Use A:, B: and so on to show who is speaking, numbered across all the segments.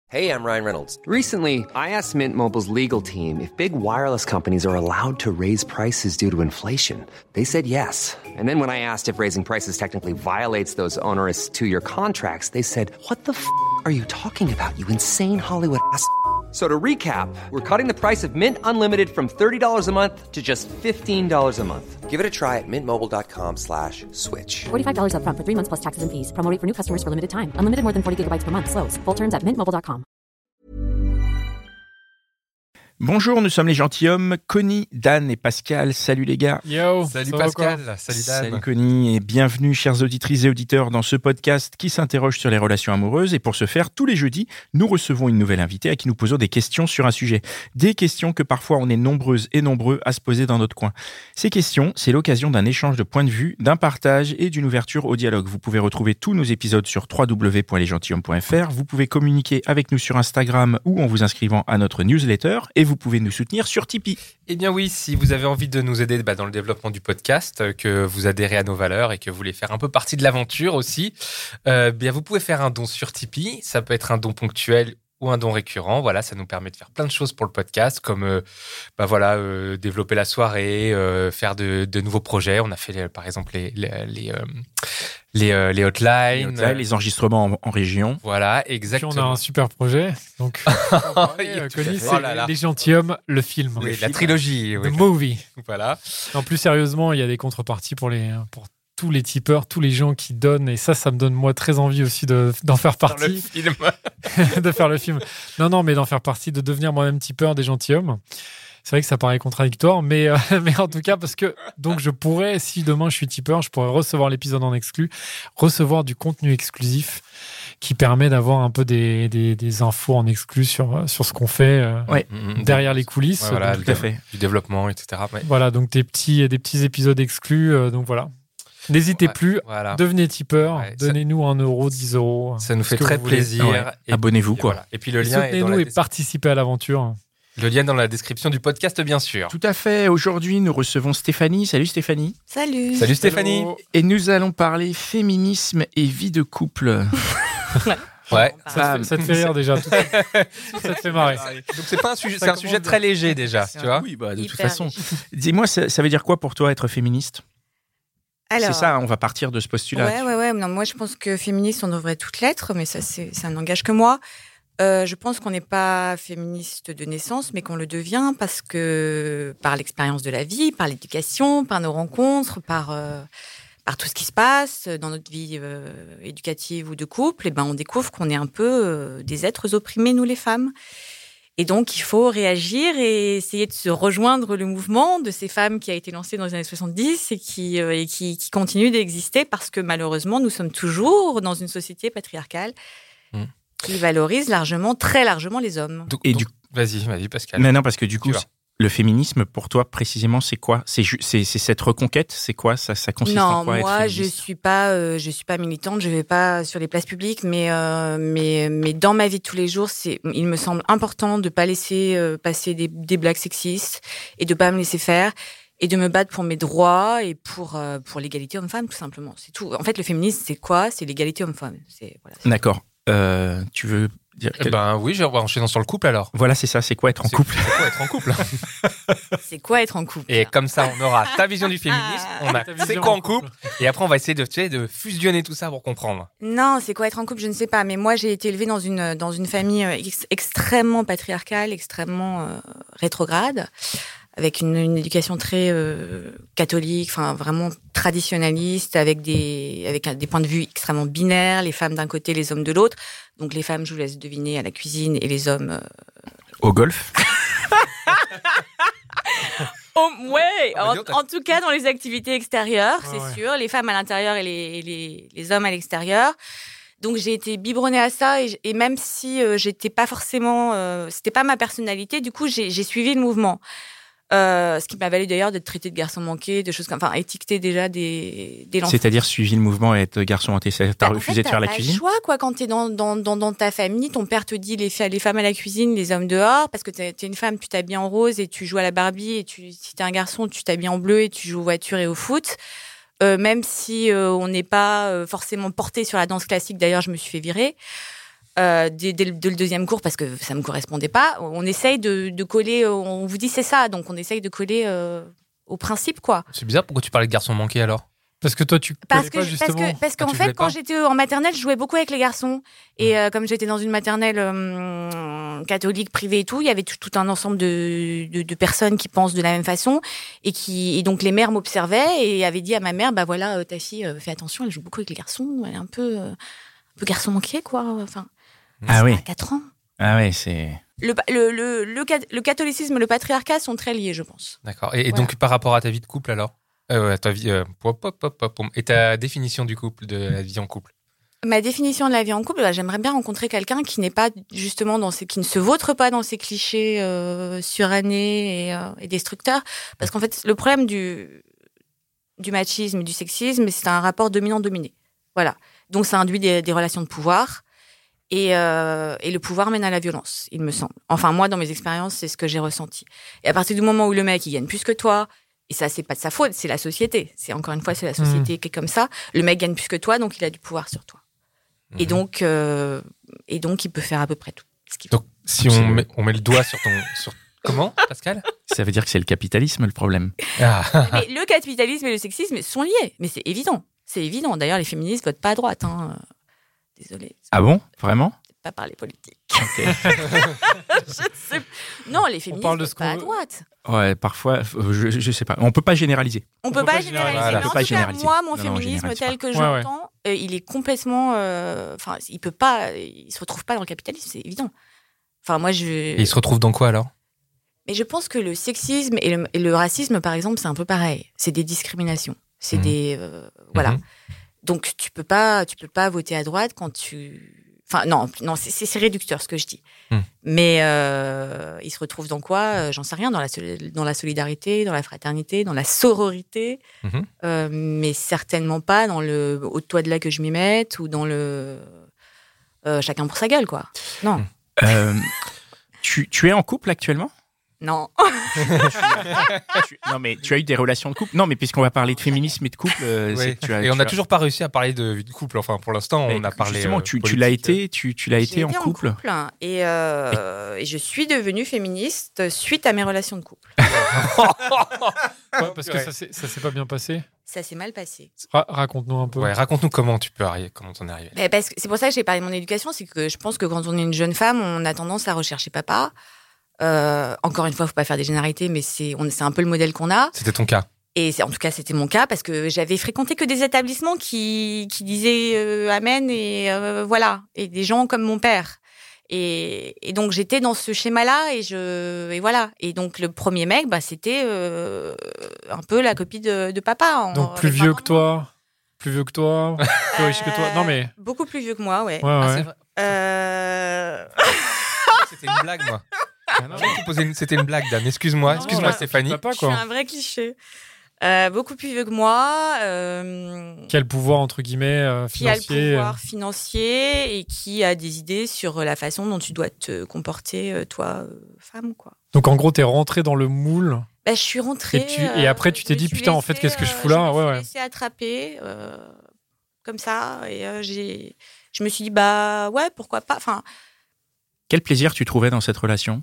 A: Hey, I'm Ryan Reynolds.
B: Recently, I asked Mint Mobile's legal team if big wireless companies are allowed to raise prices due to inflation. They said yes. And then when I asked if raising prices technically violates those onerous two-year contracts, they said, "What the f*** are you talking about, you insane Hollywood ass?" So to recap, we're cutting the price of Mint Unlimited from $30 a month to just $15 a month.
A: Give it a try at mintmobile.com/switch.
C: $45 up front for 3 months plus taxes and fees. Promo rate for new customers for limited time. Unlimited more than 40 gigabytes per month. Slows full terms at mintmobile.com.
D: Bonjour, nous sommes les gentilshommes, Connie, Dan et Pascal. Salut les gars.
E: Yo,
F: salut Pascal, salut Dan.
D: Salut Connie et bienvenue chères auditrices et auditeurs dans ce podcast qui s'interroge sur les relations amoureuses. Et pour ce faire, tous les jeudis, nous recevons une nouvelle invitée à qui nous posons des questions sur un sujet. Des questions que parfois on est nombreuses et nombreux à se poser dans notre coin. Ces questions, c'est l'occasion d'un échange de points de vue, d'un partage et d'une ouverture au dialogue. Vous pouvez retrouver tous nos épisodes sur www.lesgentilhommes.fr. Vous pouvez communiquer avec nous sur Instagram ou en vous inscrivant à notre newsletter. Et vous pouvez nous soutenir sur Tipeee.
F: Eh bien oui, si vous avez envie de nous aider dans le développement du podcast, que vous adhérez à nos valeurs et que vous voulez faire un peu partie de l'aventure aussi, bien vous pouvez faire un don sur Tipeee. Ça peut être un don ponctuel ou un don récurrent. Voilà, ça nous permet de faire plein de choses pour le podcast, comme développer la soirée, faire de nouveaux projets. On a fait par exemple les hotlines,
D: les enregistrements en région.
F: Voilà, exactement.
E: Puis on a un super projet. Donc, Connie, c'est Les Gentilshommes, le film.
F: Oui, la trilogie.
E: The movie.
F: Voilà.
E: En plus, sérieusement, il y a des contreparties pour tous les tipeurs, tous les gens qui donnent. Et ça me donne moi très envie aussi d'en faire partie.
F: Dans le film.
E: De faire le film. Non, mais d'en faire partie, de devenir moi-même tipeur des gentilshommes. C'est vrai que ça paraît contradictoire, mais en tout cas, parce que donc je pourrais, si demain je suis tipeur, je pourrais recevoir l'épisode en exclu, recevoir du contenu exclusif qui permet d'avoir un peu des infos en exclu sur ce qu'on fait derrière les coulisses.
F: Ouais, voilà,
E: donc,
F: tout à fait. Du développement, etc. Ouais.
E: Voilà, donc des petits épisodes exclus. Donc voilà. N'hésitez plus, devenez tipeur, donnez-nous 1 euro, 10 euros.
F: Ça nous fait très plaisir.
D: Ouais. Abonnez-vous, quoi.
F: Voilà. Et puis le lien
E: soutenez-nous et participez à l'aventure.
F: Le lien dans la description du podcast, bien sûr.
D: Tout à fait. Aujourd'hui, nous recevons Stéphanie. Salut Stéphanie.
G: Salut.
F: Salut Stéphanie.
E: Hello.
D: Et nous allons parler féminisme et vie de couple.
F: Ouais.
E: Ça te fait rire déjà. Ça te fait marrer.
F: Donc c'est pas un sujet, c'est un sujet très léger déjà, tu vois.
D: Oui, de toute façon. Dis-moi, ça veut dire quoi pour toi être féministe ?
G: Alors,
D: c'est ça, on va partir de ce postulat.
G: Ouais. Non, moi, je pense que féministe, on devrait toutes l'être, mais ça n'engage que moi. Je pense qu'on n'est pas féministe de naissance, mais qu'on le devient parce que par l'expérience de la vie, par l'éducation, par nos rencontres, par tout ce qui se passe dans notre vie éducative ou de couple, et on découvre qu'on est un peu des êtres opprimés, nous les femmes. Et donc, il faut réagir et essayer de se rejoindre le mouvement de ces femmes qui a été lancé dans les années 70 et qui continue d'exister parce que malheureusement, nous sommes toujours dans une société patriarcale qui valorise très largement les hommes.
F: Vas-y, Pascal.
D: Mais non, parce que du coup, le féminisme, pour toi, précisément, c'est quoi ? C'est cette reconquête ? C'est quoi ? Ça consiste en quoi, être féministe ?
G: Non, moi, je suis pas militante, je vais pas sur les places publiques, mais dans ma vie de tous les jours, il me semble important de pas laisser passer des blagues sexistes et de pas me laisser faire et de me battre pour mes droits et pour l'égalité homme-femme, tout simplement. C'est tout. En fait, le féminisme, c'est quoi ? C'est l'égalité homme-femme.
D: D'accord. Tu veux dire
F: oui, je vais enchaîner sur le couple alors.
D: Voilà, c'est ça. C'est quoi être en couple ?
F: C'est quoi être en couple ?
G: C'est quoi être en couple ?
F: Et comme ça, on aura ta vision du féminisme, c'est quoi en couple ? Et après, on va essayer de fusionner tout ça pour comprendre.
G: Non, c'est quoi être en couple ? Je ne sais pas. Mais moi, j'ai été élevée dans une famille extrêmement patriarcale, extrêmement rétrograde, avec une éducation très catholique, enfin vraiment traditionnaliste, avec des points de vue extrêmement binaires, les femmes d'un côté, les hommes de l'autre. Donc les femmes, je vous laisse deviner, à la cuisine, et les hommes
D: au golf.
G: En tout cas dans les activités extérieures, c'est sûr. Les femmes à l'intérieur et les hommes à l'extérieur. Donc j'ai été biberonnée à ça et même si j'étais pas forcément, c'était pas ma personnalité, du coup j'ai suivi le mouvement. Ce qui m'a valu d'ailleurs d'être traitée de garçon manqué, de choses comme, enfin, étiqueter déjà des lancers.
D: C'est-à-dire suivi le mouvement et être garçon manqué, t'as refusé de faire la cuisine?
G: T'as pas le choix, quoi, quand t'es dans ta famille, ton père te dit les femmes à la cuisine, les hommes dehors, parce que t'es une femme, tu t'habilles en rose et tu joues à la Barbie, et si t'es un garçon, tu t'habilles en bleu et tu joues aux voitures et au foot. Même si on n'est pas forcément porté sur la danse classique, d'ailleurs, je me suis fait virer. dès le deuxième cours parce que ça me correspondait pas. On essaye de coller. On vous dit c'est ça, donc on essaye de coller au principe, quoi.
F: C'est bizarre, pourquoi tu parlais de garçon manqué alors?
E: Parce que toi, tu connais pas justement.
G: Parce qu'en
F: tu voulais
G: fait,
F: pas
G: quand j'étais en maternelle, je jouais beaucoup avec les garçons. Et comme j'étais dans une maternelle catholique, privée et tout, il y avait tout un ensemble de personnes qui pensent de la même façon. Et donc, les mères m'observaient et avaient dit à ma mère, bah voilà, ta fille, fais attention, elle joue beaucoup avec les garçons. Elle est un peu garçon manqué, quoi. Enfin,
D: Ah oui.
G: à 4 ans.
D: Ah ouais, c'est...
G: Le catholicisme et le patriarcat sont très liés, je pense.
F: D'accord. Et
G: Voilà.
F: donc, par rapport à ta vie de couple alors? Ta vie, et ta définition du couple, de la vie en couple?
G: Ma définition de la vie en couple, j'aimerais bien rencontrer quelqu'un qui n'est pas justement qui ne se vautre pas dans ces clichés surannés et destructeurs. Parce qu'en fait, le problème du machisme et du sexisme, c'est un rapport dominant-dominé. Voilà. Donc, ça induit des relations de pouvoir. Et le pouvoir mène à la violence, il me semble. Enfin, moi, dans mes expériences, c'est ce que j'ai ressenti. Et à partir du moment où le mec, il gagne plus que toi, et ça, c'est pas de sa faute, c'est la société. C'est encore une fois, c'est la société qui est comme ça. Le mec gagne plus que toi, donc il a du pouvoir sur toi. Et donc, il peut faire à peu près tout.
F: Donc, si on met le doigt sur ton... Comment, Pascal?
D: Ça veut dire que c'est le capitalisme, le problème.
G: Mais le capitalisme et le sexisme sont liés. Mais c'est évident. C'est évident. D'ailleurs, les féministes votent pas à droite. Désolée.
D: Ah bon? Vraiment?
G: Pas parler politique.
D: Ok.
G: Non, les féministes
E: parle de
G: votent
E: ce qu'on
G: pas à
E: veut.
G: droite.
D: Ouais, parfois, je sais pas. On peut pas généraliser.
G: On peut pas généraliser.
F: Voilà.
G: Mais
D: On
G: en
D: peut pas
G: tout cas,
D: généraliser.
G: moi, mon
D: Non,
G: féminisme
D: généralise
G: tel
D: pas.
G: que je
E: Ouais,
G: l'entends, il est complètement... Enfin, il peut pas... Il se retrouve pas dans le capitalisme, c'est évident. Enfin, moi,
F: Et il se retrouve dans quoi alors?
G: Mais je pense que le sexisme et le racisme, par exemple, c'est un peu pareil. C'est des discriminations. C'est des... Voilà. Donc, tu peux pas voter à droite quand tu... Enfin, non, c'est réducteur ce que je dis. Mais il se retrouve dans quoi? J'en sais rien, dans la solidarité, dans la fraternité, dans la sororité, mais certainement pas dans le au toit de là que je m'y mette ou dans le chacun pour sa gueule, quoi. Non.
D: Tu es en couple actuellement?
G: Non.
D: Non, mais tu as eu des relations de couple? Non, mais puisqu'on va parler de féminisme et de couple,
F: Oui. Et on n'a toujours pas réussi à parler de vie de couple. Enfin, pour l'instant, on a parlé.
D: Justement, tu
F: politique.
D: l'as été, tu l'as été
G: J'ai
D: en couple.
G: hein, et je suis devenue féministe suite à mes relations de couple.
E: Ouais, parce que ça s'est pas bien passé.
G: Ça s'est mal passé.
E: Raconte-nous un peu.
F: Ouais, raconte-nous comment tu peux arriver, comment t'en es arrivé.
G: Mais parce que c'est pour ça que j'ai parlé de mon éducation, c'est que je pense que quand on est une jeune femme, on a tendance à rechercher papa. Encore une fois, faut pas faire des généralités, mais c'est un peu le modèle qu'on a.
F: C'était ton cas.
G: Et en tout cas, c'était mon cas parce que j'avais fréquenté que des établissements qui disaient amen et voilà, et des gens comme mon père. Et donc j'étais dans ce schéma-là et voilà. Et donc le premier mec, c'était un peu la copie de papa.
E: Donc plus vieux que toi, plus riche que toi. Non mais
G: beaucoup plus vieux que moi, ouais.
F: Ah, c'est
E: Ouais.
F: vrai. C'était une blague, moi. C'était une blague, Dan. Excuse-moi,
G: Non,
F: Stéphanie.
E: Papa,
G: Je suis
E: quoi.
G: un vrai cliché. Beaucoup plus vieux que moi.
E: Quel pouvoir entre guillemets
G: Qui a le
E: financier
G: pouvoir financier et qui a des idées sur la façon dont tu dois te comporter, toi, femme, quoi.
E: Donc en gros, t'es rentré dans le moule.
G: Je suis rentrée.
E: Et après, tu t'es dit, putain, en fait, qu'est-ce que je fous là?
G: Je me
E: Ouais.
G: suis laissée attraper comme ça et je me suis dit, ouais, pourquoi pas. Enfin,
D: Quel plaisir tu trouvais dans cette relation?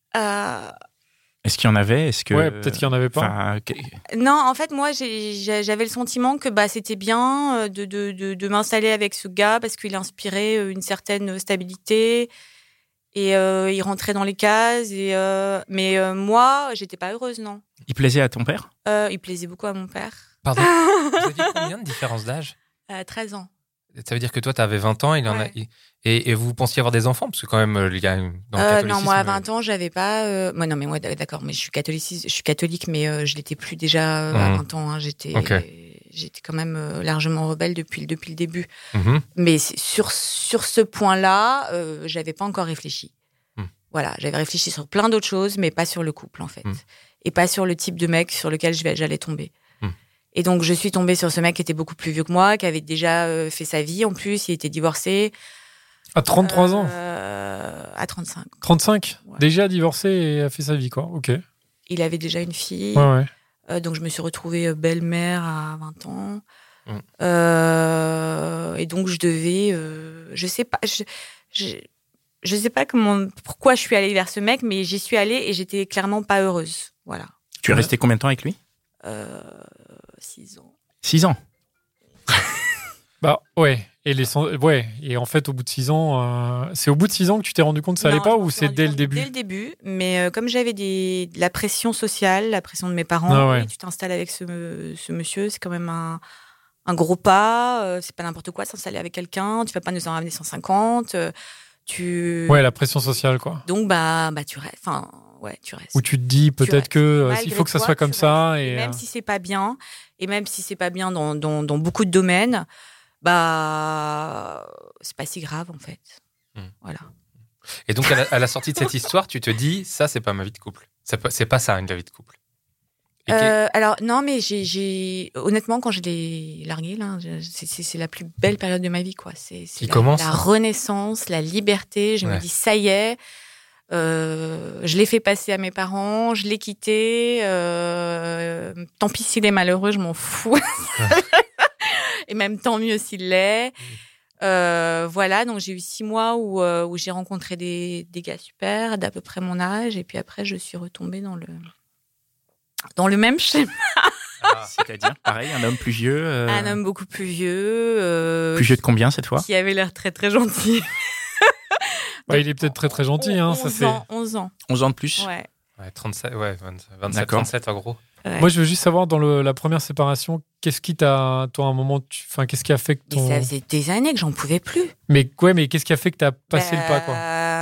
D: Est-ce qu'il y en avait?
E: Ouais, peut-être qu'il y en avait pas.
D: Enfin,
G: non, en fait, moi, j'avais le sentiment que c'était bien de m'installer avec ce gars parce qu'il inspirait une certaine stabilité et il rentrait dans les cases. Mais moi, j'étais pas heureuse, non.
D: Il plaisait à ton père?
G: Il plaisait beaucoup à mon père.
F: Pardon. Vous aviez combien de différence d'âge?
G: 13 ans.
F: Ça veut dire que toi, t'avais 20 ans, il en a.
G: Ouais.
F: Et vous pensiez avoir des enfants? Parce que quand même, il y a dans le catholicisme.
G: Non, moi, à 20 ans, j'avais pas... Moi, d'accord, mais je suis catholique, mais je l'étais plus déjà à 20 ans. Hein, j'étais quand même largement rebelle depuis le début. Mais sur ce point-là, j'avais pas encore réfléchi. Voilà, j'avais réfléchi sur plein d'autres choses, mais pas sur le couple, en fait. Et pas sur le type de mec sur lequel j'allais tomber. Et donc, je suis tombée sur ce mec qui était beaucoup plus vieux que moi, qui avait déjà fait sa vie, en plus. Il était divorcé.
E: À 33 ans?
G: À 35.
E: 35?
G: Ouais.
E: Déjà divorcé et a fait sa vie, quoi. Ok.
G: Il avait déjà une fille.
E: Ouais.
G: Donc, je me suis retrouvée belle-mère à 20 ans. Et donc, je devais... je sais pas... je sais pas pourquoi je suis allée vers ce mec, mais j'y suis allée et j'étais clairement pas heureuse. Voilà.
D: Tu es resté combien de temps avec lui ?
G: 6 ans.
D: 6 ans.
E: Bah ouais. Et en fait, au bout de 6 ans, c'est au bout de 6 ans que tu t'es rendu compte que ça allait pas, ou c'est dès le début ?
G: Dès le début, mais comme j'avais de la pression sociale, la pression de mes parents,
E: Ah ouais.
G: oui, tu t'installes avec ce monsieur, c'est quand même un gros pas, c'est pas n'importe quoi de s'installer avec quelqu'un, tu vas pas nous en ramener 150,
E: Ouais, la pression sociale, quoi.
G: Donc tu restes, tu restes.
E: Où tu te dis peut-être que il faut que ça soit comme ça.
G: Et même si c'est pas bien, dans beaucoup de domaines, c'est pas si grave en fait. Voilà.
F: Et donc, à la sortie de cette histoire, tu te dis, ça, c'est pas ma vie de couple. C'est pas ça, une vie de couple.
G: Alors, non, mais honnêtement, quand je l'ai largué, là, c'est la plus belle période de ma vie, quoi. C'est la renaissance, la liberté. Je me dis, ça y est, je l'ai fait passer à mes parents, je l'ai quitté. Tant pis s'il est malheureux, je m'en fous. Et même tant mieux s'il l'est. Voilà, donc j'ai eu 6 mois où j'ai rencontré des gars super, d'à peu près mon âge. Et puis après, je suis retombée dans le même schéma.
D: C'est-à-dire, pareil, un homme plus vieux.
G: Un homme beaucoup plus vieux.
D: Plus vieux de combien cette fois ?
G: Qui avait l'air très très gentil.
E: Il est peut-être très très gentil.
G: 11 ans.
D: 11 ans de plus ?
G: Ouais.
F: 37, 27, 37 en gros.
G: Ouais.
E: Moi, je veux juste savoir, dans la première séparation, qu'est-ce qui t'a, toi, à un moment, qu'est-ce qui a fait que ton...
G: Mais ça faisait des années que j'en pouvais plus.
E: Mais qu'est-ce qui a fait que t'as passé le pas, quoi ?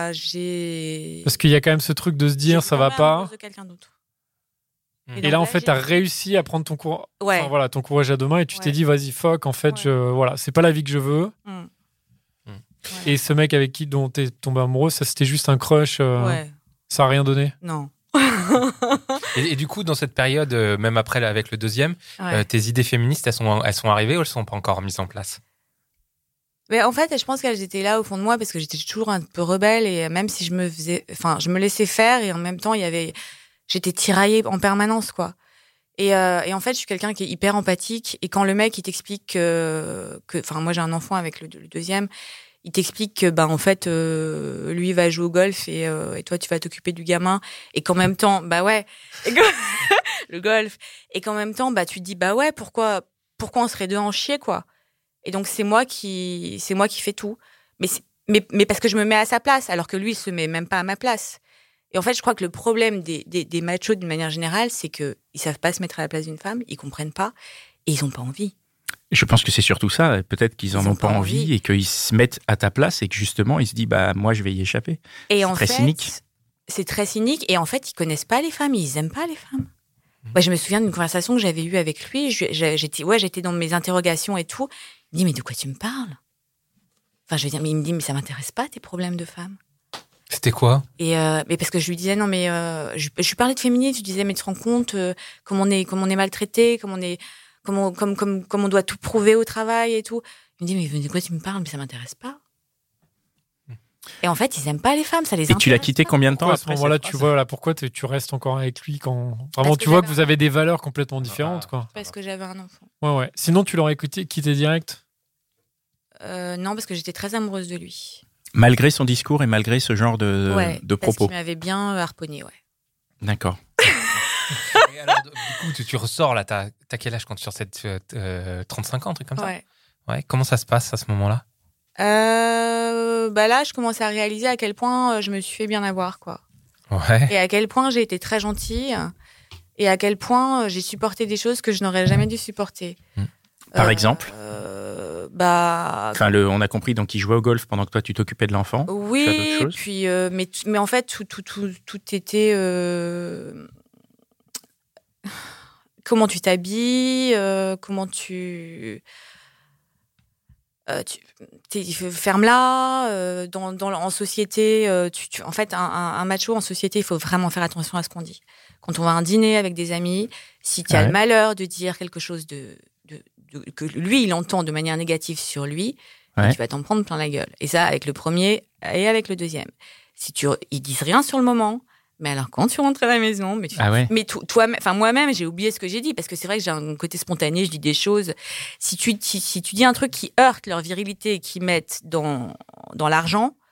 E: Parce qu'il y a quand même ce truc de se dire, ça va pas.
G: De quelqu'un d'autre.
E: Et là, en fait, t'as réussi à prendre ton courage, ton courage à deux mains, et tu t'es dit, vas-y, fuck, en fait, c'est pas la vie que je veux. Et ce mec dont t'es tombé amoureux, ça, c'était juste un crush. Ça a rien donné ?
G: Non.
F: Et du coup, dans cette période, même après avec le deuxième, tes idées féministes, elles sont arrivées ou elles sont pas encore mises en place ?
G: Mais en fait, je pense qu'elles étaient là au fond de moi parce que j'étais toujours un peu rebelle et même si je me laissais faire et en même temps, j'étais tiraillée en permanence, quoi. Et en fait, je suis quelqu'un qui est hyper empathique et quand le mec il t'explique moi j'ai un enfant avec le deuxième. Il t'explique que en fait lui il va jouer au golf et toi tu vas t'occuper du gamin et qu'en même temps le golf et qu'en même temps tu te dis pourquoi on serait deux en chier, quoi. Et donc c'est moi qui fais tout mais parce que je me mets à sa place alors que lui il se met même pas à ma place. Et en fait je crois que le problème des machos d'une manière générale c'est que ils savent pas se mettre à la place d'une femme, ils comprennent pas et ils ont pas envie.
D: Je pense que c'est surtout ça. Peut-être qu'ils en ont pas envie et qu'ils se mettent à ta place et que justement, ils se disent, moi, je vais y échapper.
G: Et
D: c'est très cynique.
G: C'est très cynique. Et en fait, ils connaissent pas les femmes. Ils aiment pas les femmes. Moi, je me souviens d'une conversation que j'avais eue avec lui. J'étais dans mes interrogations et tout. Il me dit, mais de quoi tu me parles ? Enfin, je veux dire, mais il me dit, mais ça m'intéresse pas, tes problèmes de femme.
F: C'était quoi ?
G: Mais parce que je lui disais, non, mais je parlais de féminisme. Je disais, mais tu te rends compte comment on est maltraité, comment on doit tout prouver au travail et tout. Il me dit, mais de quoi tu me parles ? Mais ça m'intéresse pas. Et en fait, ils aiment pas les femmes, ça les intéresse.
D: Et tu l'as quitté combien de temps
E: à
D: après
E: ce moment-là, tu vois, là, pourquoi tu restes encore avec lui quand vraiment tu vois que vous avez des valeurs complètement différentes, quoi.
G: Parce que j'avais un enfant.
E: Ouais. Sinon, tu l'aurais quitté direct ?
G: Non, parce que j'étais très amoureuse de lui.
D: Malgré son discours et malgré ce genre de propos.
G: Parce qu'il m'avait bien harponné, ouais.
D: D'accord.
F: Et alors, du coup, tu ressors là, t'as quel âge quand tu sors cette 35 ans, un truc comme ça ? Ouais. Comment ça se passe à ce moment-là ?
G: Là, je commençais à réaliser à quel point je me suis fait bien avoir, quoi.
F: Ouais.
G: Et à quel point j'ai été très gentille et à quel point j'ai supporté des choses que je n'aurais jamais dû supporter.
D: Par exemple
G: on
D: a compris, donc il jouait au golf pendant que toi tu t'occupais de l'enfant.
G: Oui, puis mais en fait tout était comment tu t'habilles, comment tu ferme-la en société. En fait, un macho en société, il faut vraiment faire attention à ce qu'on dit. Quand on va à un dîner avec des amis, si tu as le malheur de dire quelque chose que lui, il entend de manière négative sur lui, tu vas t'en prendre plein la gueule. Et ça, avec le premier et avec le deuxième. Ils disent rien sur le moment, mais alors quand tu rentres à la maison, moi-même, j'ai oublié ce que j'ai dit parce que c'est vrai que j'ai un côté spontané, je dis des choses. Si tu dis un truc qui heurte leur virilité et qui mettent dans l'argent,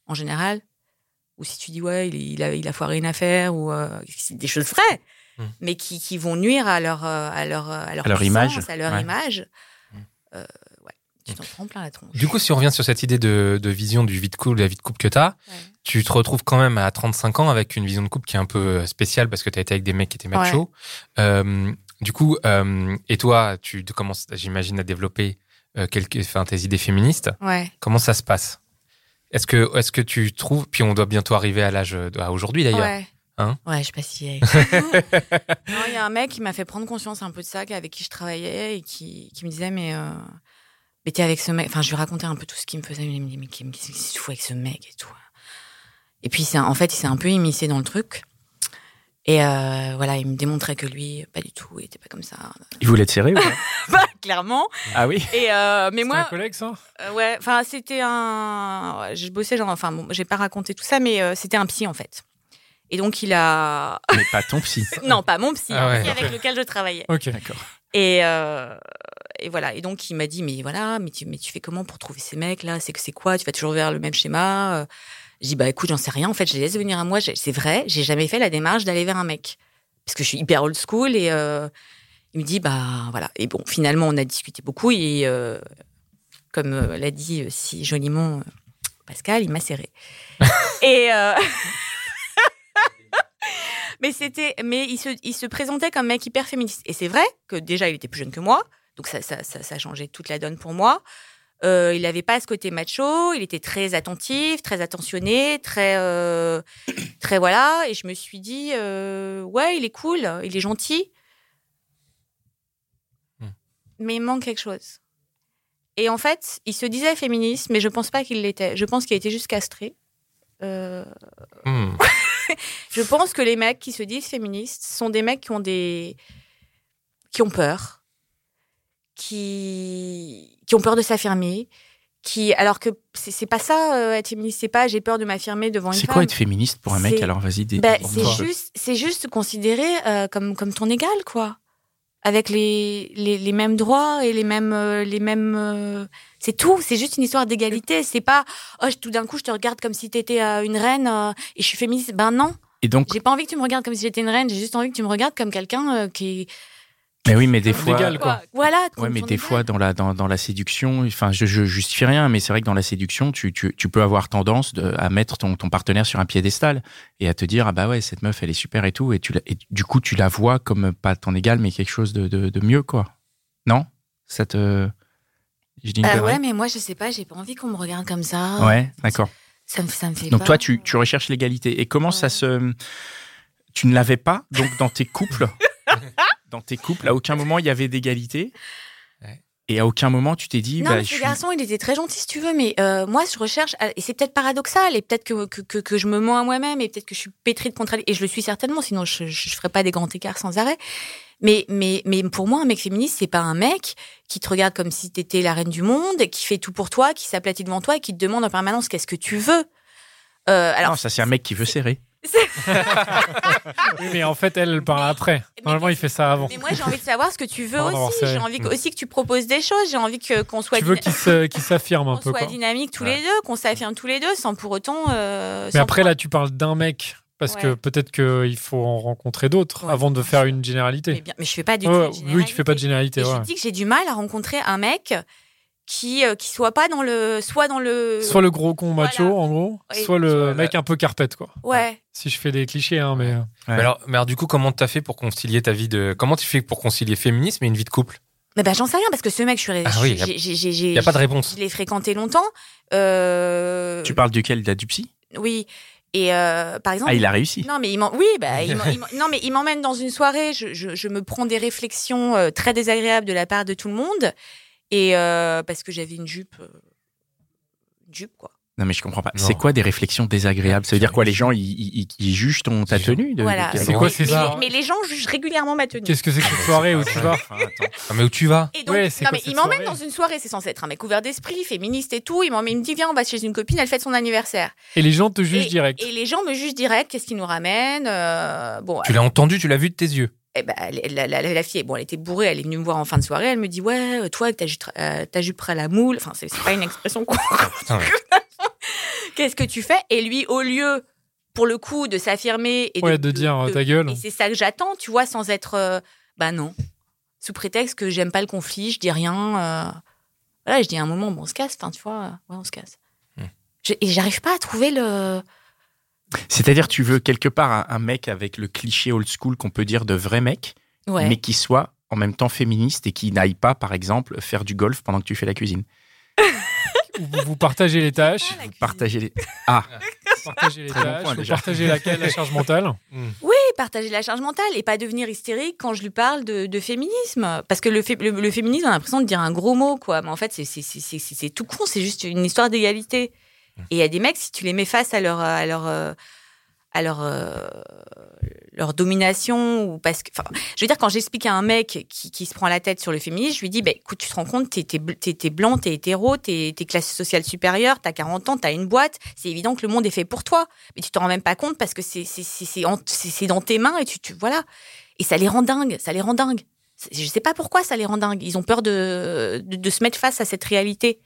G: en général. Ou si tu dis, ouais, il a foiré une affaire, ou c'est des choses vraies, mais qui vont nuire à leur
D: image.
G: À leur image. Tu t'en prends plein la tronche.
F: Du coup, si on revient sur cette idée de vision de la vie de couple que tu as, tu te retrouves quand même à 35 ans avec une vision de couple qui est un peu spéciale parce que tu as été avec des mecs qui étaient machos. Du coup, et toi, tu commences, j'imagine, à développer tes idées féministes.
G: Ouais.
F: Comment ça se passe ? Est-ce que tu trouves, puis on doit bientôt arriver à l'âge à aujourd'hui d'ailleurs.
G: Ouais.
F: Hein ?
G: Ouais, je sais pas si. Non, il y a un mec qui m'a fait prendre conscience un peu de ça, avec qui je travaillais et qui me disait mais t'es avec ce mec. Enfin, je lui racontais un peu tout ce qu'il me faisait. Il me dit mais qu'est-ce que tu fous avec ce mec et tout. Et puis en fait, il s'est un peu immiscé dans le truc. Et voilà, il me démontrait que lui, pas du tout, il était pas comme ça.
D: Il voulait te serrer ou pas?
G: Bah, clairement.
D: Ah oui.
G: Et mais moi,
E: c'est un collègue, ça.
G: Ouais, enfin c'était un. Je bossais j'ai pas raconté tout ça, mais c'était un psy en fait. Et donc il a.
D: Mais pas ton psy.
G: Non, pas mon psy,
F: Ah ouais.
G: un psy avec lequel je travaillais.
E: Ok.
D: D'accord.
G: Et voilà. Et donc il m'a dit mais voilà, mais tu fais comment pour trouver ces mecs là? C'est quoi? Tu vas toujours vers le même schéma? Je dis, bah écoute, j'en sais rien. En fait, je les laisse venir à moi. C'est vrai, j'ai jamais fait la démarche d'aller vers un mec. Parce que je suis hyper old school. Et il me dit, bah voilà. Et bon, finalement, on a discuté beaucoup. Et comme l'a dit si joliment Pascal, il m'a serré. Et mais il se présentait comme mec hyper féministe. Et c'est vrai que déjà, il était plus jeune que moi. Donc ça changeait toute la donne pour moi. Il n'avait pas ce côté macho, il était très attentif, très attentionné, très voilà. Et je me suis dit, ouais, il est cool, il est gentil, mais il manque quelque chose. Et en fait, il se disait féministe, mais je pense pas qu'il l'était. Je pense qu'il était juste castré. Je pense que les mecs qui se disent féministes sont des mecs qui ont peur. Qui ont peur de s'affirmer, alors que c'est pas ça être féministe, c'est pas j'ai peur de m'affirmer devant une femme.
D: C'est quoi être féministe pour un mec? Alors vas-y.
G: C'est juste se considérer comme ton égal, quoi, avec les mêmes droits et les mêmes. C'est tout. C'est juste une histoire d'égalité. C'est pas tout d'un coup je te regarde comme si t'étais une reine et je suis féministe. Ben non.
D: Et donc.
G: J'ai pas envie que tu me regardes comme si j'étais une reine. J'ai juste envie que tu me regardes comme quelqu'un qui est.
D: Mais oui, mais des fois.
E: Légal, quoi.
G: Voilà.
D: Ouais, mais des fois dans la séduction, enfin, je justifie rien, mais c'est vrai que dans la séduction, tu peux avoir tendance à mettre ton partenaire sur un piédestal et à te dire ah bah ouais, cette meuf elle est super et tout, et du coup tu la vois comme pas ton égal, mais quelque chose de mieux, quoi. Non? Ça te. Je dis une connerie.
G: Ouais, mais moi je sais pas, j'ai pas envie qu'on me regarde comme ça.
D: Ouais, d'accord.
G: Ça me fait.
D: Donc
G: pas...
D: toi tu recherches l'égalité, et comment ça se. Tu ne l'avais pas donc dans tes couples? Dans tes couples, à aucun moment il y avait d'égalité, et à aucun moment tu t'es dit.
G: Non, mais ce garçon, il était très gentil si tu veux, mais moi je recherche, et c'est peut-être paradoxal, et peut-être que je me mens à moi-même, et peut-être que je suis pétrie de contradictions, et je le suis certainement, sinon je ferais pas des grands écarts sans arrêt. Mais pour moi, un mec féministe, c'est pas un mec qui te regarde comme si t'étais la reine du monde, qui fait tout pour toi, qui s'aplatit devant toi et qui te demande en permanence qu'est-ce que tu veux.
D: Non, ça c'est un mec qui veut serrer.
E: Oui, mais en fait, elle parle après. Normalement, il fait ça avant.
G: Mais moi, j'ai envie de savoir ce que tu veux
E: Pardon,
G: aussi. J'ai envie aussi que tu proposes des choses. J'ai envie qu'on soit.
E: Tu veux qu'il s'affirme un peu,
G: qu'on soit
E: quoi.
G: dynamique tous les deux, qu'on s'affirme tous les deux, sans pour autant.
E: Mais après, là, tu parles d'un mec. Parce que peut-être qu'il faut en rencontrer d'autres avant de faire une généralité.
G: Mais je fais pas du tout de généralité.
E: Oui, tu fais pas de généralité.
G: Je dis que j'ai du mal à rencontrer un mec qui soit pas soit le
E: gros con macho, en gros, soit le mec un peu carpette, quoi.
G: Ouais.
E: Si je fais des clichés, hein, mais.
F: Ouais. Mais alors, du coup, comment t'as fait pour concilier ta vie comment tu fais pour concilier féminisme et une vie de couple?
G: Mais j'en sais rien, parce que ce mec,
F: y a pas de réponse.
G: Je l'ai fréquenté longtemps.
D: Tu parles duquel? Du psy?
G: Oui. Et par exemple,
D: il a réussi.
G: Non, mais il m'emmène dans une soirée. Je me prends des réflexions très désagréables de la part de tout le monde, et parce que j'avais une jupe, quoi.
D: Non, mais je comprends pas. Non. C'est quoi des réflexions désagréables? Ça veut dire quoi? Les gens, ils jugent ta tenue?
G: Voilà.
E: C'est quoi ces ça?
G: Mais les gens jugent régulièrement ma tenue.
E: Qu'est-ce que c'est que cette soirée où tu vas?
F: Mais où tu vas?
G: Et donc, il m'emmène dans une soirée. C'est censé être un mec ouvert d'esprit, féministe et tout. Il me dit, viens, on va chez une copine, elle fête son anniversaire.
E: Et les gens te jugent direct.
G: Et les gens me jugent direct. Qu'est-ce qui nous ramène?
F: Tu l'as entendu, tu l'as vu de tes yeux?
G: Eh ben, la fille, elle était bourrée, elle est venue me voir en fin de soirée, elle me dit, ouais, toi, avec ta jupe à la moule, enfin, c'est pas une expression quoi. qu'est-ce que tu fais? Et lui, au lieu, pour le coup, de s'affirmer et
E: de dire ta gueule.
G: Et c'est ça que j'attends, tu vois, sans être, non. Sous prétexte que j'aime pas le conflit, je dis rien. Voilà, je dis à un moment, on se casse, tu vois, on se casse. Et j'arrive pas à trouver le...
D: C'est-à-dire, tu veux quelque part un mec avec le cliché old school qu'on peut dire de vrai mec, mais qui soit en même temps féministe et qui n'aille pas, par exemple, faire du golf pendant que tu fais la cuisine.
E: Vous partagez les tâches.
D: Vous partagez les...
E: Partagez les
D: Très bon
E: tâches.
D: point,
E: Vous
D: déjà.
E: partagez la charge mentale.
G: Oui, partager la charge mentale et pas devenir hystérique quand je lui parle de féminisme. Parce que le féminisme, on a l'impression de dire un gros mot, quoi. Mais en fait, c'est tout con, c'est juste une histoire d'égalité. Et il y a des mecs, si tu les mets face à leur domination, ou parce que, je veux dire, quand j'explique à un mec qui se prend la tête sur le féminisme, je lui dis, écoute, tu te rends compte, t'es blanc, t'es hétéro, t'es classe sociale supérieure, t'as 40 ans, t'as une boîte, c'est évident que le monde est fait pour toi, mais tu t'en rends même pas compte parce que c'est dans tes mains et voilà. Et ça les rend dingues. Je sais pas pourquoi ça les rend dingues. Ils ont peur de se mettre face à cette réalité.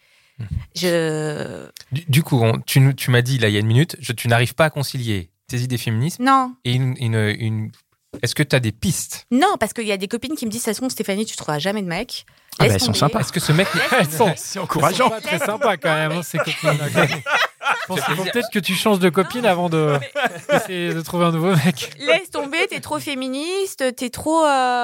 F: Du coup, tu m'as dit là il y a une minute, tu n'arrives pas à concilier tes idées féministes
G: Non.
F: et une... Est-ce que tu as des pistes?
G: Non, parce qu'il y a des copines qui me disent, de toute façon, Stéphanie, tu trouveras jamais de mec.
D: Ah,
G: Laisse
D: elles sont
G: tomber.
D: sympas.
F: Est-ce que ce mec...
D: C'est encourageant.
E: Pas très sympa quand même, ces copines-là. Je pense qu'il faut peut-être que tu changes de copine avant d'essayer de trouver un nouveau mec.
G: Laisse tomber, t'es trop féministe, t'es trop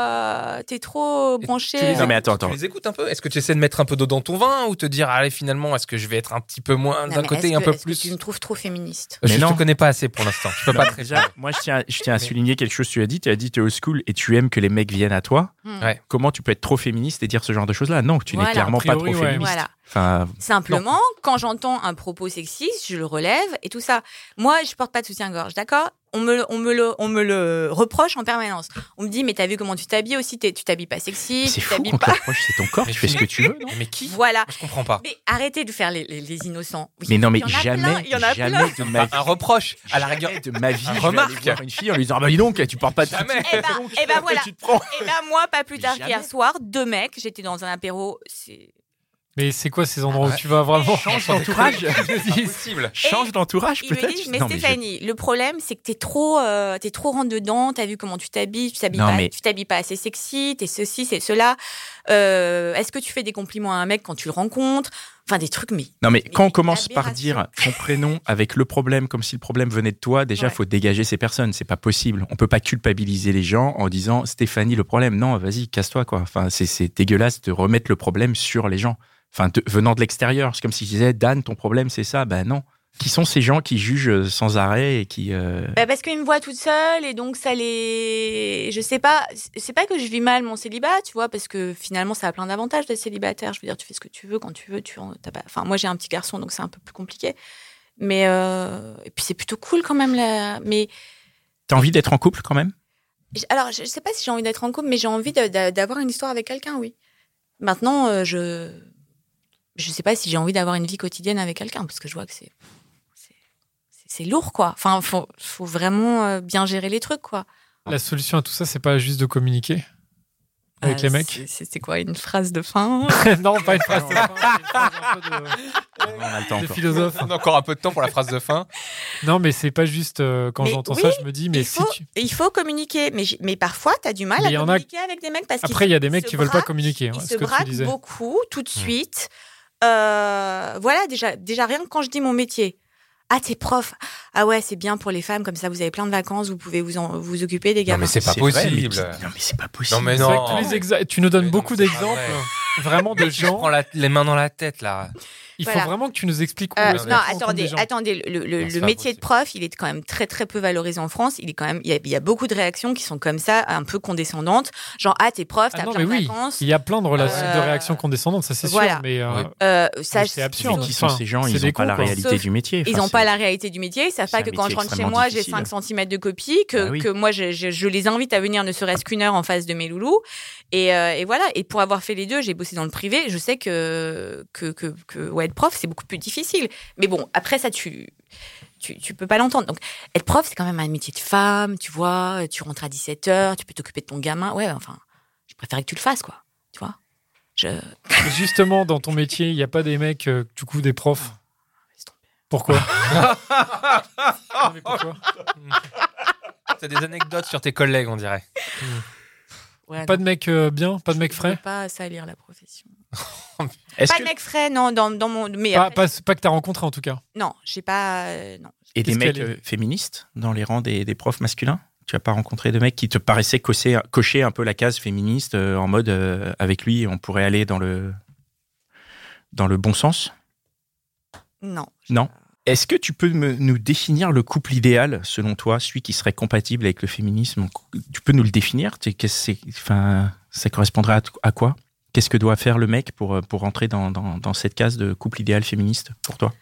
G: branché.
D: Non mais attends.
F: Tu les écoutes un peu? Est-ce que tu essaies de mettre un peu d'eau dans ton vin ou te dire, allez, finalement, est-ce que je vais être un petit peu moins
G: Non,
F: d'un
G: mais
F: côté et
G: est-ce
F: un peu
G: que
F: plus...
G: tu me trouves trop féministe?
F: Je
D: Mais
F: ne
D: non.
F: te connais pas assez pour l'instant. Je peux pas te
D: Déjà, moi, je tiens à souligner quelque chose que tu as dit. Tu as dit tu es old school et tu aimes que les mecs viennent à toi.
F: Ouais.
D: Comment tu peux être trop féministe et dire ce genre de choses-là? Non, tu n'es
G: Voilà,
D: clairement
E: a priori,
D: pas trop
E: ouais.
D: féministe.
G: Voilà.
D: Enfin,
G: Simplement, quand j'entends un propos sexiste, je le relève et tout ça. Moi, je porte pas de soutien-gorge, d'accord? On me le reproche en permanence. On me dit, mais t'as vu comment tu t'habilles aussi? Tu t'habilles pas sexy,
D: c'est
G: tu
D: fou
G: t'habilles
D: qu'on te
G: pas.
D: reproche, c'est ton corps, tu fais ce que tu veux, non?
F: Mais qui?
G: Voilà.
F: Je comprends pas.
G: Mais arrêtez de faire les innocents. Oui,
D: Mais non, mais
G: il y en a
D: jamais,
G: plein, il y en a
D: jamais
G: plein.
D: de ma vie.
F: Un reproche, à la rigueur.
D: De ma vie, je vais
F: Remarque.
D: aller voir une fille en lui disant ah bah dis donc, tu portes pas de
F: Jamais.
G: Eh ben voilà.
D: tu te prends.
G: Et ben moi, pas plus tard
D: Jamais.
G: qu'hier soir, 2 mecs, j'étais dans un apéro.
E: Mais c'est quoi ces endroits où tu vas vraiment
D: Change d'entourage.
F: Possible.
D: Change d'entourage
G: Ils me
D: peut-être.
G: disent, mais
D: Non,
G: Stéphanie, le problème, c'est que t'es trop rentre dedans, t'as vu comment tu t'habilles, tu
D: Non, mais-
G: t'habilles pas assez sexy, t'es ceci, c'est cela. Est-ce que tu fais des compliments à un mec quand tu le rencontres? Enfin, des trucs, mais...
D: Non mais quand on
G: une
D: commence par
G: aberration.
D: dire ton prénom avec le problème comme si le problème venait de toi, déjà
G: Ouais.
D: faut dégager ces personnes, c'est pas possible. On peut pas culpabiliser les gens en disant Stéphanie le problème. Non, vas-y, casse-toi quoi. Enfin, c'est dégueulasse de remettre le problème sur les gens. Enfin, venant de l'extérieur, c'est comme si je disais Dan, ton problème c'est ça. Ben non. Qui sont ces gens qui jugent sans arrêt et qui
G: Parce qu'ils me voient toute seule et donc ça les... Je sais pas, c'est pas que je vis mal mon célibat, tu vois, parce que finalement ça a plein d'avantages d'être célibataire. Je veux dire, tu fais ce que tu veux, quand tu veux, t'as pas... Enfin, moi j'ai un petit garçon, donc c'est un peu plus compliqué. Mais... Et puis c'est plutôt cool quand même, là. Mais...
D: t'as envie d'être en couple quand même.
G: Alors, je sais pas si j'ai envie d'être en couple, mais j'ai envie d'avoir une histoire avec quelqu'un, oui. Maintenant, je sais pas si j'ai envie d'avoir une vie quotidienne avec quelqu'un, parce que je vois que c'est lourd, quoi. Enfin, faut vraiment bien gérer les trucs, quoi.
E: La solution à tout ça, c'est pas juste de communiquer avec les mecs.
G: C'est quoi, une phrase de fin?
E: Non, pas une phrase de fin, c'est une phrase un peu
D: On a le temps
E: de
D: encore.
E: philosophe.
F: On a encore un peu de temps pour la phrase de fin.
E: Non, mais c'est pas juste quand
G: Mais
E: j'entends
G: oui,
E: ça, je me dis, mais si tu.
G: Il faut communiquer, mais parfois, t'as du mal
E: Mais
G: à
E: il y en a-
G: communiquer avec des mecs parce
E: Après, il y a des mecs
G: se
E: qui veulent pas
G: braquent,
E: communiquer, hein,
G: Ils
E: ce
G: se
E: que tu
G: braquent
E: disais.
G: beaucoup, tout de suite. Voilà, déjà rien que quand je dis mon métier. Ah, t'es prof. Ah ouais, c'est bien pour les femmes, comme ça vous avez plein de vacances, vous pouvez vous occuper des
F: Non,
G: gamins.
F: mais c'est pas
D: vrai, mais
F: possible.
D: non mais c'est pas possible.
F: Non, mais
E: C'est vrai
F: non.
E: que tu nous donnes
F: Mais non,
E: beaucoup
F: mais c'est pas
E: d'exemples,
F: vrai.
E: vraiment de
F: Je prends
E: gens.
F: les mains dans la tête, là.
E: Il faut
G: Voilà.
E: vraiment que tu nous expliques où est-ce
G: Non,
E: qu'on rencontre des gens.
G: attendez,
F: Non, c'est
G: le
F: pas
G: métier de
F: possible.
G: prof, il est quand même très très peu valorisé en France. Il est quand même, il y a beaucoup de réactions qui sont comme ça, un peu condescendantes. Genre, ah, t'es prof,
E: Ah
G: t'as
E: non,
G: plein
E: mais
G: de
E: oui,
G: vacances.
E: il y a plein de
G: Euh,
E: réactions condescendantes, ça c'est
G: voilà.
E: sûr, mais
G: Ça,
E: mais c'est absurde.
D: Mais qui sont
E: Enfin,
D: ces gens?
E: c'est
D: Ils
E: des
D: n'ont pas
E: cons,
D: la
E: quoi.
D: réalité
G: Sauf-
D: du métier.
G: Ils
D: Enfin,
G: n'ont pas
D: c'est-
G: la réalité du métier. Ils savent
D: c'est
G: pas
D: un
G: que quand
D: métier
G: je rentre chez
D: extrêmement
G: moi, j'ai
D: difficile.
G: 5 cm de copie, que
D: Bah oui.
G: moi, je les invite à venir ne serait-ce qu'une heure en face de mes loulous. Et voilà. Et pour avoir fait les deux, j'ai bossé dans le privé. Je sais que être prof, c'est beaucoup plus difficile. Mais bon, après ça, tu peux pas l'entendre. Donc, être prof, c'est quand même un métier de femme, tu vois. Tu rentres à 17h, tu peux t'occuper de ton gamin. Ouais, enfin, je préférais que tu le fasses, quoi. Tu vois.
E: Mais justement, dans ton métier, il n'y a pas des mecs, du coup, des profs. Pourquoi Non, mais pourquoi
F: T'as des anecdotes sur tes collègues, on dirait.
G: Ouais,
E: Pas
G: non,
E: de mec bien, pas de mec
G: je
E: frais.
G: veux pas salir la profession.
D: Est-ce
G: Pas
D: que...
G: de mec frais, non, dans mon. Mais
E: Pas,
G: après,
E: pas que t'as rencontré en tout cas.
G: non, j'ai pas. Non.
D: Et des
E: Qu'est-ce
D: mecs
E: qu'elle est
D: féministes dans les rangs des profs masculins? Tu n'as pas rencontré de mecs qui te paraissaient cocher un peu la case féministe en mode avec lui, on pourrait aller dans le bon sens?
G: Non.
D: Non. Est-ce que tu peux nous définir le couple idéal, selon toi, celui qui serait compatible avec le féminisme? Tu peux nous le définir? Ça correspondrait à quoi? Qu'est-ce que doit faire le mec pour rentrer dans cette case de couple idéal féministe, pour toi?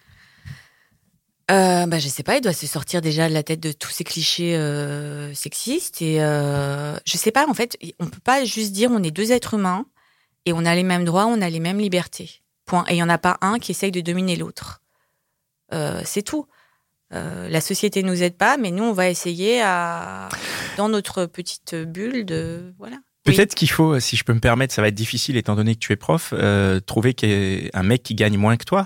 G: Je sais pas, il doit se sortir déjà de la tête de tous ces clichés sexistes. Et je sais pas, en fait, on peut pas juste dire on est deux êtres humains et on a les mêmes droits, on a les mêmes libertés. Point. Et il y en a pas un qui essaye de dominer l'autre. C'est tout. La société nous aide pas, mais nous, on va essayer dans notre petite bulle de... Voilà.
D: Peut-être qu'il faut, si je peux me permettre, ça va être difficile étant donné que tu es prof, trouver un mec qui gagne moins que toi.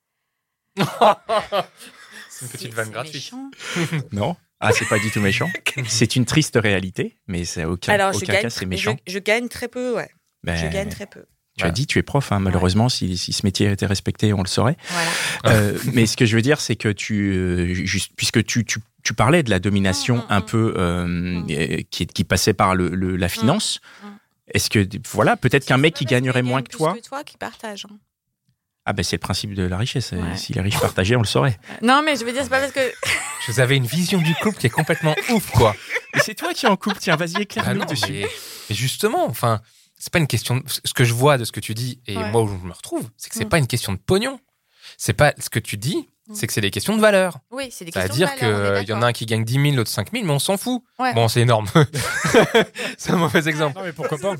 F: C'est une petite vanne gratuite.
G: Méchant.
D: Non. Ah, c'est pas du tout méchant. C'est une triste réalité, mais c'est aucun cas c'est méchant.
G: Je gagne très peu, ouais.
D: Ben,
G: Je gagne très peu.
D: Tu as dit, tu es prof, hein, malheureusement, si ce métier était respecté, on le saurait.
G: Voilà.
D: Mais ce que je veux dire, c'est que puisque tu parlais de la domination un peu qui passait par la finance, est-ce que, voilà, peut-être qu'un mec qui gagnerait moins que toi...
G: Plus que toi qui partage. Hein.
D: Ah ben c'est le principe de la richesse.
G: Ouais.
D: Si les riches partageaient, on le saurait.
G: Non, mais je veux dire, c'est pas parce que...
F: Vous avez une vision du couple qui est complètement ouf, quoi.
D: Et c'est toi qui es en couple, tiens, vas-y, éclaire-nous dessus.
F: Mais justement, enfin, c'est pas une question. Ce que je vois de ce que tu dis et moi où je me retrouve, c'est que c'est pas une question de pognon. C'est pas ce que tu dis, c'est que c'est des questions de valeur.
G: Oui, c'est des questions de
F: C'est-à-dire
G: valeur.
F: qu'il y en a un qui gagne 10 000, l'autre 5 000, mais on s'en fout.
G: Ouais.
F: Bon, c'est énorme. C'est un mauvais exemple.
E: Non, mais pourquoi pas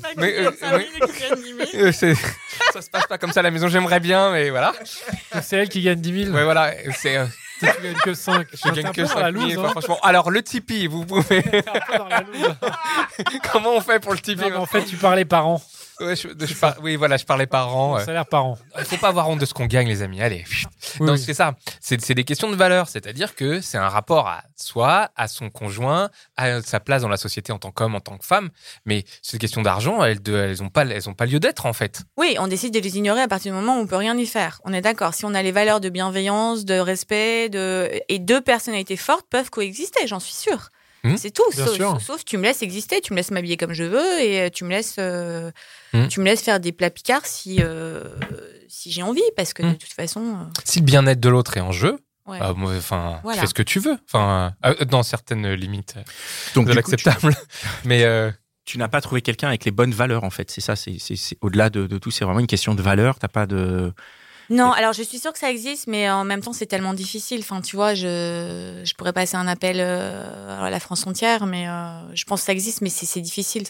F: Ça se passe pas comme ça à la maison, j'aimerais bien, mais voilà.
E: C'est elle qui gagne 10 000.
F: Ouais, voilà. C'est,
E: Tu gagnes que 5.
F: je gagne que 5 000.
E: Loose,
F: Enfin, franchement, alors le Tipeee, vous pouvez. Comment on fait pour le Tipeee?
E: Non, mais en fait, tu parlais par an.
F: Ouais, oui, voilà, je parlais par an.
E: Le salaire par an.
F: Il faut pas avoir honte de ce qu'on gagne, les amis. Allez. Non, c'est ça. C'est des questions de valeur. C'est-à-dire que c'est un rapport à soi, à son conjoint, à sa place dans la société en tant qu'homme, en tant que femme. Mais ces questions d'argent, elles ont pas lieu d'être, en fait.
G: Oui, on décide de les ignorer à partir du moment où on peut rien y faire. On est d'accord. Si on a les valeurs de bienveillance, de respect, et deux personnalités fortes peuvent coexister, j'en suis sûre. C'est tout. Sauf tu me laisses exister, tu me laisses m'habiller comme je veux et tu me laisses faire des plats picards si j'ai envie, parce que de toute façon.
F: Si le bien-être de l'autre est en jeu,
G: voilà.
F: tu fais ce que tu veux. Dans certaines limites
D: Donc,
F: de l'acceptable. Mais
D: tu n'as pas trouvé quelqu'un avec les bonnes valeurs, en fait. C'est ça. C'est au-delà de tout. C'est vraiment une question de valeur. T'as pas de.
G: Non, alors je suis sûre que ça existe, mais en même temps, c'est tellement difficile. Enfin, tu vois, je pourrais passer un appel à la France entière, mais je pense que ça existe, mais c'est difficile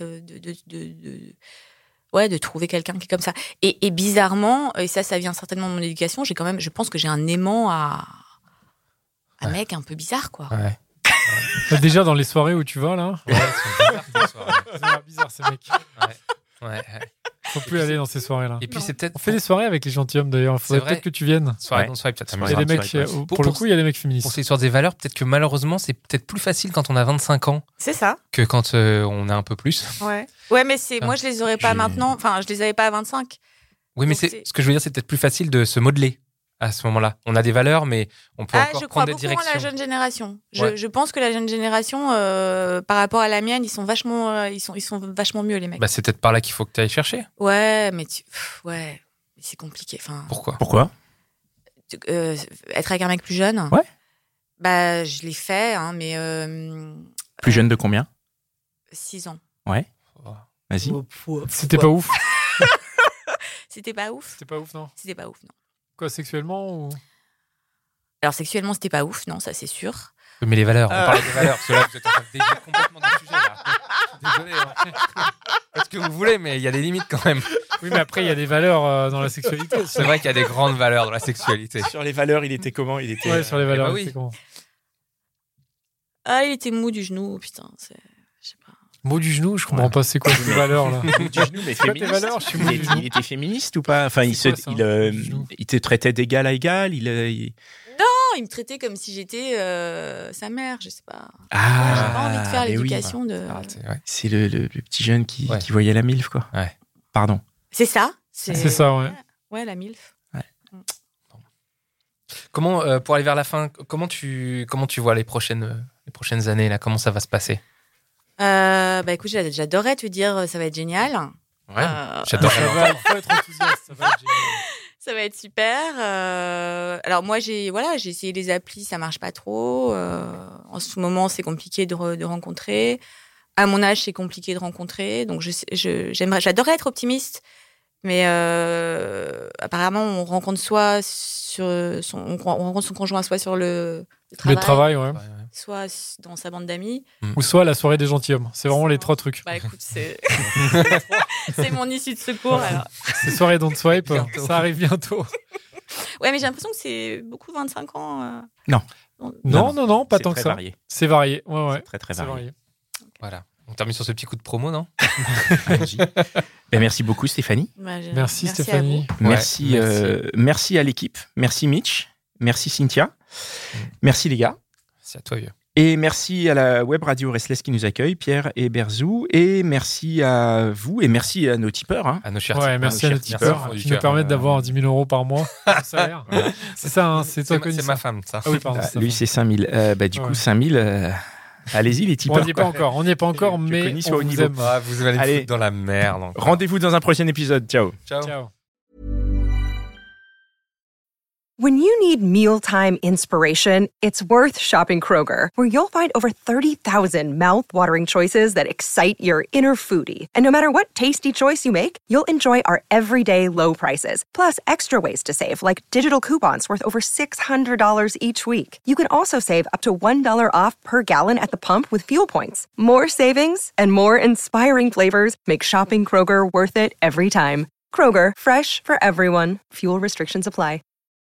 G: de trouver quelqu'un qui est comme ça. Et bizarrement, et ça vient certainement de mon éducation, je pense que j'ai un aimant à mec un peu bizarre, quoi.
F: ouais.
E: Déjà dans les soirées où tu vas, là.
F: Ouais,
E: C'est bizarre, ces mecs.
F: ouais.
E: Faut plus aller dans ces soirées-là.
F: Et puis c'est peut-être.
E: On fait des soirées avec les gentilshommes d'ailleurs. Il faudrait peut-être que tu viennes.
F: Soirée, peut-être.
E: Il y a des mecs, pour le coup, il y a des mecs féministes.
F: Pour cette histoire des valeurs, peut-être que malheureusement, c'est peut-être plus facile quand on a 25 ans
G: C'est ça.
F: que quand on a un peu plus.
G: Ouais, mais moi, je les aurais pas maintenant. Enfin, je les avais pas à 25.
F: Oui, mais
G: Donc,
F: ce que je veux dire, c'est peut-être plus facile de se modeler à ce moment-là. On a des valeurs, mais on peut encore
G: je
F: prendre des
G: crois beaucoup
F: directions.
G: en la jeune génération.
F: Ouais.
G: Je pense que la jeune génération, par rapport à la mienne, ils sont vachement mieux, les mecs.
F: Bah, c'est peut-être par là qu'il faut que tu ailles chercher.
G: Ouais, mais c'est compliqué. Enfin,
D: Pourquoi
G: être avec un mec plus jeune.
D: Ouais.
G: Bah, je l'ai fait, hein, mais
D: Plus jeune de combien?
G: 6 ans.
D: Ouais. Vas-y.
E: C'était pas ouf.
G: C'était pas ouf.
E: C'était pas ouf, non.
G: C'était pas ouf, non.
E: Quoi, sexuellement ou...
G: Alors sexuellement, c'était pas ouf, non, ça c'est sûr.
F: Mais les valeurs, on parle des valeurs, parce que là, vous êtes en train de dévier complètement du sujet, là. Désolé. Faites ce que vous voulez, mais il y a des limites quand même.
E: Oui, mais après, il y a des valeurs dans la sexualité.
F: C'est vrai qu'il y a des grandes valeurs dans la sexualité.
D: Sur les valeurs, il était comment? Il était.
E: Ouais, sur les valeurs.
F: bah oui.
E: c'est comment
G: Ah, il était mou du genou, putain, je sais pas.
E: Mot du genou, je comprends pas c'est quoi ces valeurs là.
D: Du genou, mais
E: C'est quoi tes
D: féministe.
E: valeurs? Je suis mou du genou.
D: Il était féministe ou pas? Enfin,
E: C'est quoi, ça, du genou
D: il te traitait d'égal à égal.
G: Non, il me traitait comme si j'étais sa mère, je sais pas.
D: Ah,
G: J'ai pas envie de faire
D: mais oui.
G: l'éducation de...
D: C'est le petit jeune qui
F: Ouais.
D: voyait la MILF, quoi.
F: Ouais.
D: Pardon.
G: C'est ça.
E: C'est ça, ouais.
G: Ouais, la MILF.
F: Comment, pour aller vers la fin, comment tu vois les prochaines années là? Comment ça va se passer?
G: Écoute, j'adorerais te dire ça va être génial.
F: Ouais. J'adore.
E: Il faut être enthousiaste. Ça va être génial.
G: Ça va être super. Alors moi, j'ai essayé les applis, ça marche pas trop. En ce moment, c'est compliqué de rencontrer. À mon âge, c'est compliqué de rencontrer. Donc j'adorerais être optimiste, mais apparemment, on rencontre on rencontre son conjoint soit sur le travail,
E: Le travail, ouais.
G: soit dans sa bande d'amis.
E: Ou soit la soirée des gentilshommes. C'est vraiment les 3 trucs.
G: Bah écoute, c'est mon issue de secours. Alors.
E: Ces soirées don't swipe,
F: Bientôt.
E: ça arrive bientôt.
G: Ouais, mais j'ai l'impression que c'est beaucoup 25 ans.
D: Non.
E: Non, pas
D: C'est
E: tant que
D: très
E: ça.
D: varié.
E: C'est varié. Ouais.
D: C'est très, très
E: C'est
D: varié.
F: Voilà. On termine sur ce petit coup de promo, non?
D: Allons-y. Merci beaucoup, Stéphanie.
E: Merci
G: à
E: Stéphanie.
G: vous.
D: Merci, merci à l'équipe. Merci Mitch. Merci Cynthia. Merci les gars.
F: C'est à toi, vieux.
D: Et merci à la web radio Restless qui nous accueille, Pierre et Berzou. Et merci à vous et merci à nos tipeurs. Hein.
F: À nos chers
E: Ouais,
F: tipeurs.
E: merci à nos tipeurs
F: Merci,
E: qui nous permettent d'avoir 10 000 euros par mois de salaire. C'est ça, hein, c'est toi
F: C'est ma femme, ça.
E: Ah oui, pardon.
D: Ah,
E: c'est
D: lui,
E: ça.
D: c'est 5000. Du coup, 5000, allez-y les
E: On
D: tipeurs.
E: n'y est pas encore. On n'y est pas encore,
D: Que
E: mais
D: Connie soit
E: on
D: au
E: vous
D: niveau.
E: aime.
F: Ah, vous allez me
D: Allez.
F: foutre dans la merde. encore.
D: Rendez-vous dans un prochain épisode. Ciao.
F: Ciao.
E: Ciao.
H: When you need mealtime inspiration, it's worth shopping Kroger, where you'll find over 30,000 mouth-watering choices that excite your inner foodie. And no matter what tasty choice you make, you'll enjoy our everyday low prices, plus extra ways to save, like digital coupons worth over $600 each week. You can also save up to $1 off per gallon at the pump with fuel points. More savings and more inspiring flavors make shopping Kroger worth it every time. Kroger, fresh for everyone. Fuel restrictions apply.